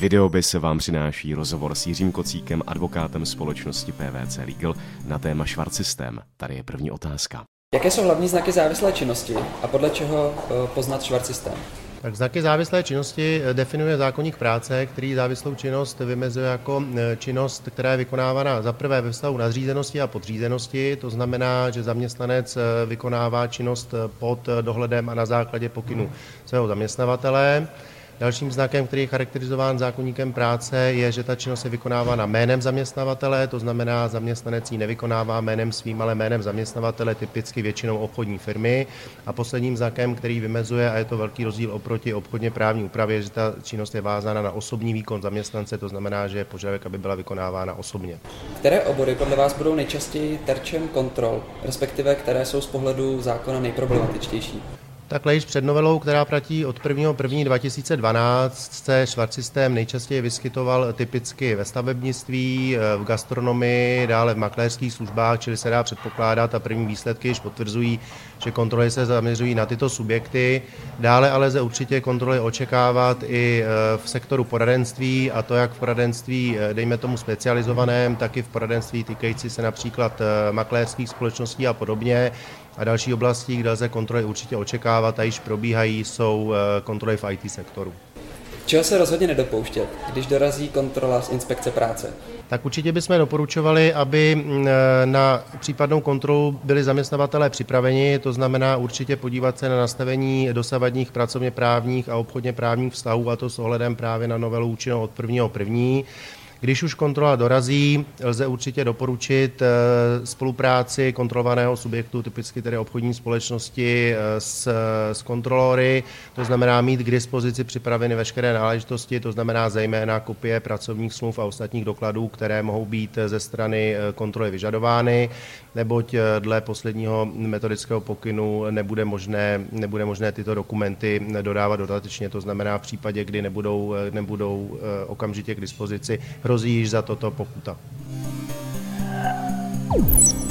Videobis vám přináší rozhovor s Jiřím Kocíkem, advokátem společnosti PwC Legal na téma Švarc systém. Tady je první otázka. Jaké jsou hlavní znaky závislé činnosti a podle čeho poznat Švarc systém? Tak znaky závislé činnosti definuje zákoník práce, který závislou činnost vymezuje jako činnost, která je vykonávána za prvé ve vztahu nadřízenosti a podřízenosti. To znamená, že zaměstnanec vykonává činnost pod dohledem a na základě pokynu svého zaměstnavatele. Dalším znakem, který je charakterizován zákoníkem práce, je, že ta činnost je vykonávána jménem zaměstnavatele, to znamená, zaměstnanec ji nevykonává jménem svým, ale jménem zaměstnavatele, typicky většinou obchodní firmy. A posledním znakem, který vymezuje, a je to velký rozdíl oproti obchodně právní úpravě, že ta činnost je vázána na osobní výkon zaměstnance, to znamená, že je požadavek, aby byla vykonávána osobně. Které obory podle vás budou nejčastěji terčem kontrol, respektive které jsou z pohledu zákona nejproblematičtější? Takhle již před novelou, která platí od 1.1.2012, se Švarc systém nejčastěji vyskytoval typicky ve stavebnictví, v gastronomii, dále v makléřských službách, čili se dá předpokládat a první výsledky již potvrzují, že kontroly se zaměřují na tyto subjekty. Dále ale lze určitě kontroly očekávat i v sektoru poradenství, a to jak v poradenství, dejme tomu specializovaném, tak i v poradenství týkající se například makléřských společností a podobně. A další oblasti, kde lze kontroly určitě očekávat a již probíhají, jsou kontroly v IT sektoru. Čeho se rozhodně nedopouštět, když dorazí kontrola z inspekce práce? Tak určitě bychom doporučovali, aby na případnou kontrolu byli zaměstnavatelé připraveni, to znamená určitě podívat se na nastavení dosavadních pracovně právních a obchodně právních vztahů, a to s ohledem právě na novelu účinnou od 1.1. Když už kontrola dorazí, lze určitě doporučit spolupráci kontrolovaného subjektu, typicky tedy obchodní společnosti, s kontrolory, to znamená mít k dispozici připraveny veškeré náležitosti, to znamená zejména kopie pracovních smluv a ostatních dokladů, které mohou být ze strany kontroly vyžadovány, neboť dle posledního metodického pokynu nebude možné tyto dokumenty dodávat dodatečně, to znamená v případě, kdy nebudou okamžitě k dispozici, hrozí již za toto pokuta.